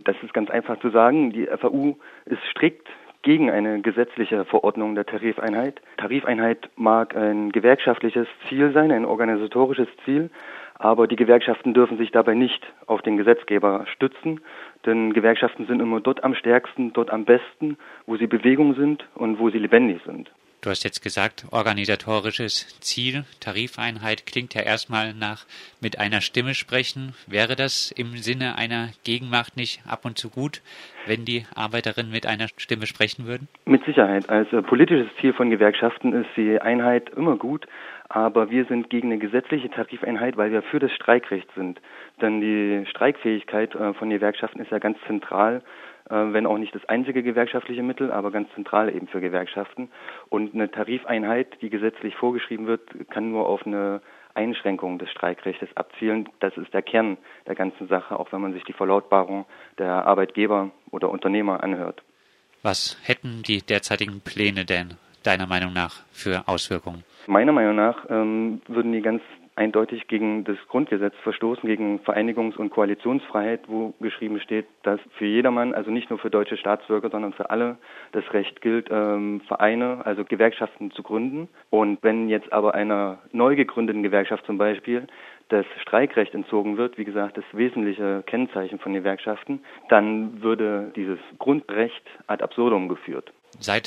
Das ist ganz einfach zu sagen. Die FAU ist strikt gegen eine gesetzliche Verordnung der Tarifeinheit. Tarifeinheit mag ein gewerkschaftliches Ziel sein, ein organisatorisches Ziel, aber die Gewerkschaften dürfen sich dabei nicht auf den Gesetzgeber stützen, denn Gewerkschaften sind immer dort am stärksten, dort am besten, wo sie Bewegung sind und wo sie lebendig sind. Du hast jetzt gesagt, organisatorisches Ziel, Tarifeinheit klingt ja erstmal nach mit einer Stimme sprechen. Wäre das im Sinne einer Gegenmacht nicht ab und zu gut, wenn die Arbeiterinnen mit einer Stimme sprechen würden? Mit Sicherheit. Als politisches Ziel von Gewerkschaften ist die Einheit immer gut, aber wir sind gegen eine gesetzliche Tarifeinheit, weil wir für das Streikrecht sind. Denn die Streikfähigkeit von Gewerkschaften ist ja ganz zentral, wenn auch nicht das einzige gewerkschaftliche Mittel, aber ganz zentral eben für Gewerkschaften. Und eine Tarifeinheit, die gesetzlich vorgeschrieben wird, kann nur auf eine Einschränkung des Streikrechtes abzielen. Das ist der Kern der ganzen Sache, auch wenn man sich die Verlautbarung der Arbeitgeber oder Unternehmer anhört. Was hätten die derzeitigen Pläne denn deiner Meinung nach für Auswirkungen? Meiner Meinung nach würden die ganz eindeutig gegen das Grundgesetz verstoßen, gegen Vereinigungs- und Koalitionsfreiheit, wo geschrieben steht, dass für jedermann, also nicht nur für deutsche Staatsbürger, sondern für alle das Recht gilt, Vereine, also Gewerkschaften zu gründen. Und wenn jetzt aber einer neu gegründeten Gewerkschaft zum Beispiel das Streikrecht entzogen wird, wie gesagt, das wesentliche Kennzeichen von Gewerkschaften, dann würde dieses Grundrecht ad absurdum geführt. Seit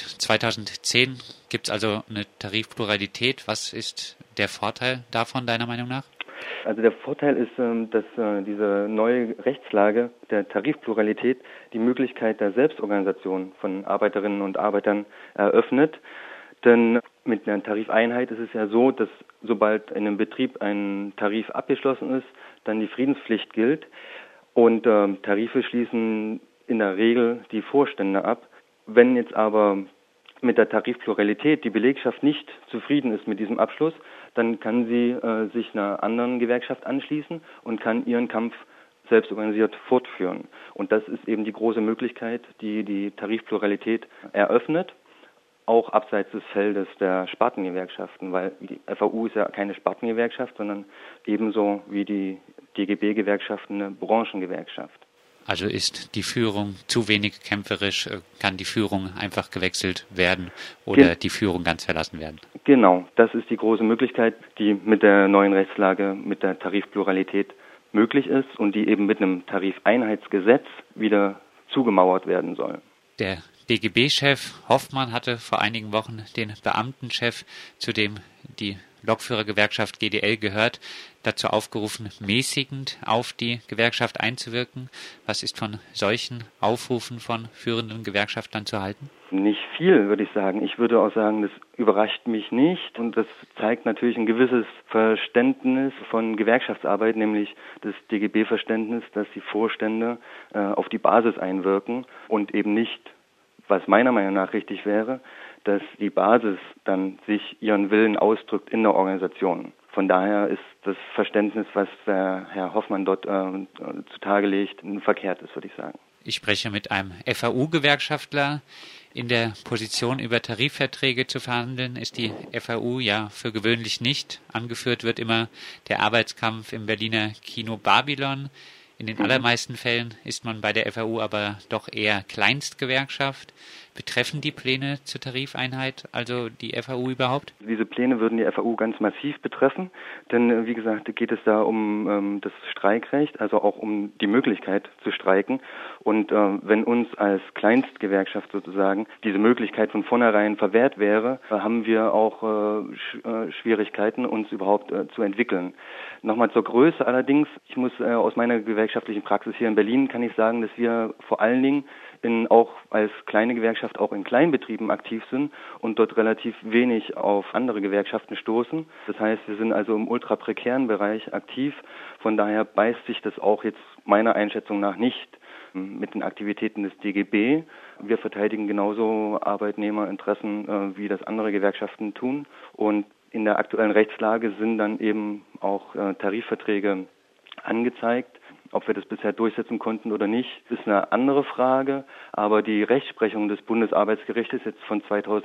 2010 gibt es also eine Tarifpluralität. Was ist der Vorteil davon, deiner Meinung nach? Also der Vorteil ist, dass diese neue Rechtslage der Tarifpluralität die Möglichkeit der Selbstorganisation von Arbeiterinnen und Arbeitern eröffnet. Denn mit einer Tarifeinheit ist es ja so, dass sobald in einem Betrieb ein Tarif abgeschlossen ist, dann die Friedenspflicht gilt. Und Tarife schließen in der Regel die Vorstände ab. Wenn jetzt aber mit der Tarifpluralität die Belegschaft nicht zufrieden ist mit diesem Abschluss, dann kann sie sich einer anderen Gewerkschaft anschließen und kann ihren Kampf selbst organisiert fortführen. Und das ist eben die große Möglichkeit, die die Tarifpluralität eröffnet, auch abseits des Feldes der Spartengewerkschaften, weil die FAU ist ja keine Spartengewerkschaft, sondern ebenso wie die DGB-Gewerkschaften eine Branchengewerkschaft. Also ist die Führung zu wenig kämpferisch, kann die Führung einfach gewechselt werden oder die Führung ganz verlassen werden? Genau, das ist die große Möglichkeit, die mit der neuen Rechtslage, mit der Tarifpluralität möglich ist und die eben mit einem Tarifeinheitsgesetz wieder zugemauert werden soll. Der DGB-Chef Hoffmann hatte vor einigen Wochen den Beamtenchef, zu dem die Lokführergewerkschaft GDL gehört, dazu aufgerufen, mäßigend auf die Gewerkschaft einzuwirken. Was ist von solchen Aufrufen von führenden Gewerkschaftlern zu halten? Nicht viel, würde ich sagen. Ich würde auch sagen, das überrascht mich nicht und das zeigt natürlich ein gewisses Verständnis von Gewerkschaftsarbeit, nämlich das DGB-Verständnis, dass die Vorstände auf die Basis einwirken und eben nicht, was meiner Meinung nach richtig wäre, dass die Basis dann sich ihren Willen ausdrückt in der Organisation. Von daher ist das Verständnis, was der Herr Hoffmann dort zutage legt, verkehrt ist, würde ich sagen. Ich spreche mit einem FAU-Gewerkschaftler. In der Position, über Tarifverträge zu verhandeln, ist die FAU ja für gewöhnlich nicht. Angeführt wird immer der Arbeitskampf im Berliner Kino Babylon. In den allermeisten Fällen ist man bei der FAU aber doch eher Kleinstgewerkschaft. Betreffen die Pläne zur Tarifeinheit also die FAU überhaupt? Diese Pläne würden die FAU ganz massiv betreffen, denn wie gesagt geht es da um das Streikrecht, also auch um die Möglichkeit zu streiken. Und wenn uns als Kleinstgewerkschaft sozusagen diese Möglichkeit von vornherein verwehrt wäre, haben wir auch Schwierigkeiten, uns überhaupt zu entwickeln. Nochmal zur Größe allerdings, ich muss aus meiner gewerkschaftlichen Praxis hier in Berlin kann ich sagen, dass wir vor allen Dingen auch als kleine Gewerkschaft auch in Kleinbetrieben aktiv sind und dort relativ wenig auf andere Gewerkschaften stoßen. Das heißt, wir sind also im ultra prekären Bereich aktiv. Von daher beißt sich das auch jetzt meiner Einschätzung nach nicht mit den Aktivitäten des DGB. Wir verteidigen genauso Arbeitnehmerinteressen, wie das andere Gewerkschaften tun. Und in der aktuellen Rechtslage sind dann eben auch Tarifverträge angezeigt. Ob wir das bisher durchsetzen konnten oder nicht, ist eine andere Frage. Aber die Rechtsprechung des Bundesarbeitsgerichtes jetzt von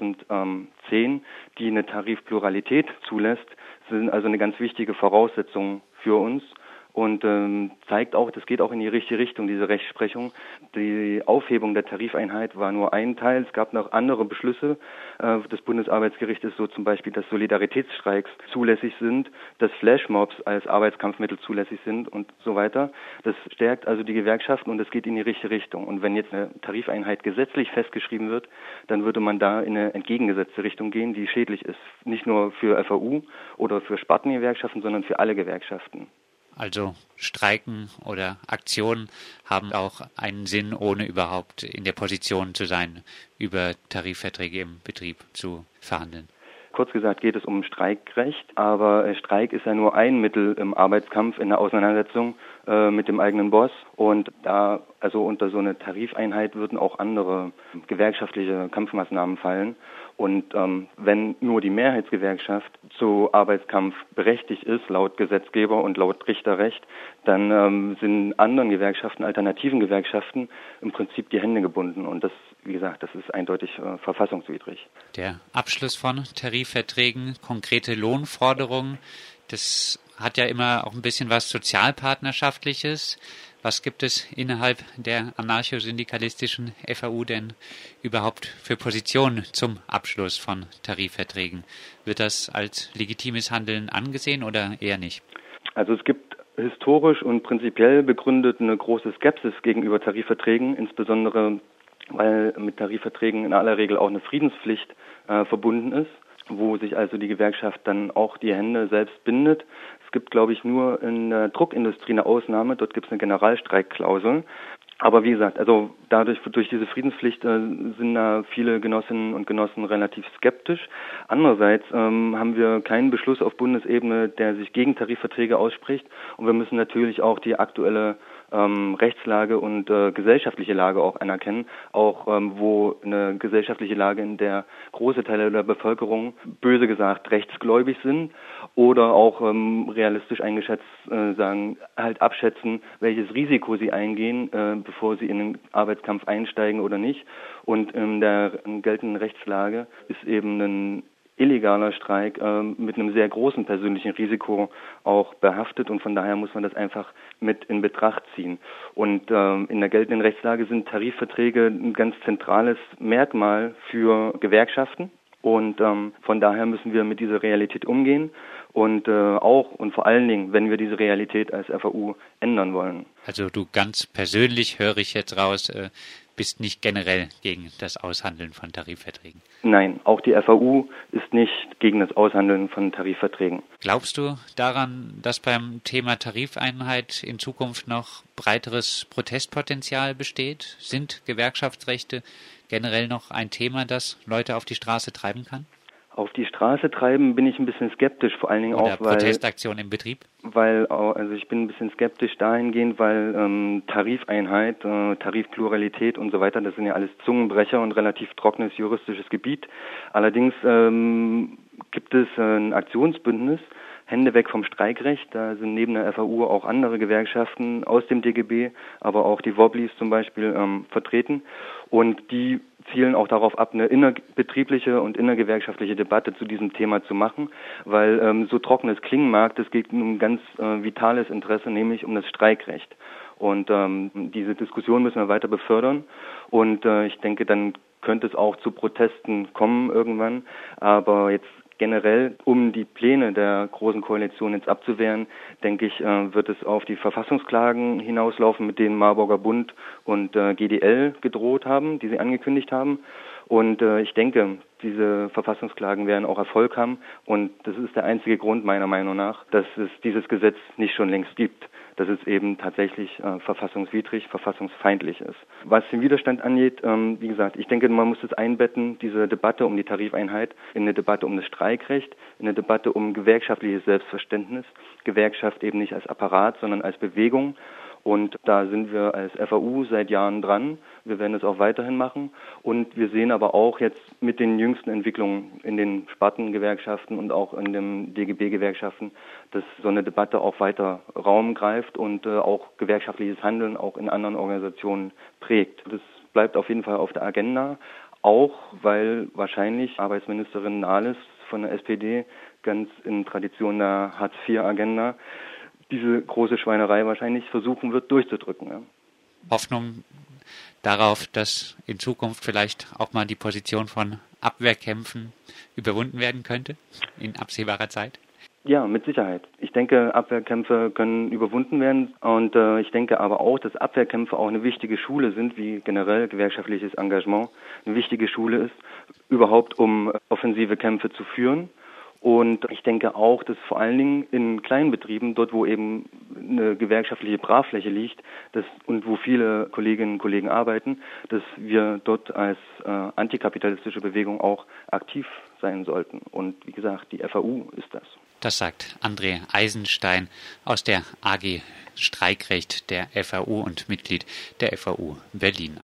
2010, die eine Tarifpluralität zulässt, sind also eine ganz wichtige Voraussetzung für uns. und zeigt auch, das geht auch in die richtige Richtung, diese Rechtsprechung. Die Aufhebung der Tarifeinheit war nur ein Teil. Es gab noch andere Beschlüsse des Bundesarbeitsgerichtes, so zum Beispiel, dass Solidaritätsstreiks zulässig sind, dass Flashmobs als Arbeitskampfmittel zulässig sind und so weiter. Das stärkt also die Gewerkschaften und es geht in die richtige Richtung. Und wenn jetzt eine Tarifeinheit gesetzlich festgeschrieben wird, dann würde man da in eine entgegengesetzte Richtung gehen, die schädlich ist. Nicht nur für FAU oder für Spartengewerkschaften, sondern für alle Gewerkschaften. Also Streiken oder Aktionen haben auch einen Sinn, ohne überhaupt in der Position zu sein, über Tarifverträge im Betrieb zu verhandeln. Kurz gesagt geht es um Streikrecht, aber Streik ist ja nur ein Mittel im Arbeitskampf, in der Auseinandersetzung mit dem eigenen Boss. Und da, also unter so eine Tarifeinheit würden auch andere gewerkschaftliche Kampfmaßnahmen fallen. Und wenn nur die Mehrheitsgewerkschaft zu Arbeitskampf berechtigt ist, laut Gesetzgeber und laut Richterrecht, dann sind anderen Gewerkschaften, alternativen Gewerkschaften, im Prinzip die Hände gebunden. Und das, wie gesagt, das ist eindeutig verfassungswidrig. Der Abschluss von Tarifverträgen, konkrete Lohnforderungen, das hat ja immer auch ein bisschen was Sozialpartnerschaftliches. Was gibt es innerhalb der anarcho-syndikalistischen FAU denn überhaupt für Positionen zum Abschluss von Tarifverträgen? Wird das als legitimes Handeln angesehen oder eher nicht? Also es gibt historisch und prinzipiell begründet eine große Skepsis gegenüber Tarifverträgen, insbesondere weil mit Tarifverträgen in aller Regel auch eine Friedenspflicht verbunden ist, wo sich also die Gewerkschaft dann auch die Hände selbst bindet. Es gibt, glaube ich, nur in der Druckindustrie eine Ausnahme. Dort gibt es eine Generalstreikklausel. Aber wie gesagt, also durch diese Friedenspflicht sind da viele Genossinnen und Genossen relativ skeptisch. Andererseits haben wir keinen Beschluss auf Bundesebene, der sich gegen Tarifverträge ausspricht. Und wir müssen natürlich auch die aktuelle Rechtslage und gesellschaftliche Lage auch anerkennen, auch wo eine gesellschaftliche Lage, in der große Teile der Bevölkerung, böse gesagt, rechtsgläubig sind oder auch realistisch eingeschätzt abschätzen, welches Risiko sie eingehen, bevor sie in den Arbeitskampf einsteigen oder nicht. Und in der geltenden Rechtslage ist eben ein illegaler Streik mit einem sehr großen persönlichen Risiko auch behaftet und von daher muss man das einfach mit in Betracht ziehen. Und in der geltenden Rechtslage sind Tarifverträge ein ganz zentrales Merkmal für Gewerkschaften und von daher müssen wir mit dieser Realität umgehen und auch und vor allen Dingen, wenn wir diese Realität als FAU ändern wollen. Also du ganz persönlich, höre ich jetzt raus, bist nicht generell gegen das Aushandeln von Tarifverträgen? Nein, auch die FAU ist nicht gegen das Aushandeln von Tarifverträgen. Glaubst du daran, dass beim Thema Tarifeinheit in Zukunft noch breiteres Protestpotenzial besteht? Sind Gewerkschaftsrechte generell noch ein Thema, das Leute auf die Straße treiben kann? Auf die Straße treiben bin ich ein bisschen skeptisch, vor allen Dingen Oder auch, weil Protestaktion im Betrieb? Also ich bin ein bisschen skeptisch dahingehend, weil Tarifeinheit, Tarifpluralität und so weiter, das sind ja alles Zungenbrecher und relativ trockenes juristisches Gebiet. Allerdings gibt es ein Aktionsbündnis, Hände weg vom Streikrecht. Da sind neben der FAU auch andere Gewerkschaften aus dem DGB, aber auch die Wobblies zum Beispiel vertreten. Und die zielen auch darauf ab, eine innerbetriebliche und innergewerkschaftliche Debatte zu diesem Thema zu machen, weil so trocken es klingen mag, es geht um ein ganz vitales Interesse, nämlich um das Streikrecht. Und diese Diskussion müssen wir weiter befördern und ich denke, dann könnte es auch zu Protesten kommen irgendwann, aber jetzt generell, um die Pläne der Großen Koalition jetzt abzuwehren, denke ich, wird es auf die Verfassungsklagen hinauslaufen, mit denen Marburger Bund und GDL gedroht haben, die sie angekündigt haben. Und ich denke, diese Verfassungsklagen werden auch Erfolg haben. Und das ist der einzige Grund meiner Meinung nach, dass es dieses Gesetz nicht schon längst gibt, dass es eben tatsächlich verfassungswidrig, verfassungsfeindlich ist. Was den Widerstand angeht, wie gesagt, ich denke, man muss es einbetten, diese Debatte um die Tarifeinheit, in eine Debatte um das Streikrecht, in eine Debatte um gewerkschaftliches Selbstverständnis. Gewerkschaft eben nicht als Apparat, sondern als Bewegung. Und da sind wir als FAU seit Jahren dran. Wir werden es auch weiterhin machen. Und wir sehen aber auch jetzt mit den jüngsten Entwicklungen in den Spartengewerkschaften und auch in den DGB-Gewerkschaften, dass so eine Debatte auch weiter Raum greift und auch gewerkschaftliches Handeln auch in anderen Organisationen prägt. Das bleibt auf jeden Fall auf der Agenda, auch weil wahrscheinlich Arbeitsministerin Nahles von der SPD ganz in Tradition der Hartz-IV-Agenda diese große Schweinerei wahrscheinlich versuchen wird durchzudrücken. Ja. Hoffnung darauf, dass in Zukunft vielleicht auch mal die Position von Abwehrkämpfen überwunden werden könnte in absehbarer Zeit? Ja, mit Sicherheit. Ich denke, Abwehrkämpfe können überwunden werden und ich denke aber auch, dass Abwehrkämpfe auch eine wichtige Schule sind, wie generell gewerkschaftliches Engagement eine wichtige Schule ist, überhaupt um offensive Kämpfe zu führen. Und ich denke auch, dass vor allen Dingen in kleinen Betrieben, dort wo eben eine gewerkschaftliche Brachfläche liegt und wo viele Kolleginnen und Kollegen arbeiten, dass wir dort als antikapitalistische Bewegung auch aktiv sein sollten. Und wie gesagt, die FAU ist das. Das sagt André Eisenstein aus der AG Streikrecht der FAU und Mitglied der FAU Berlin.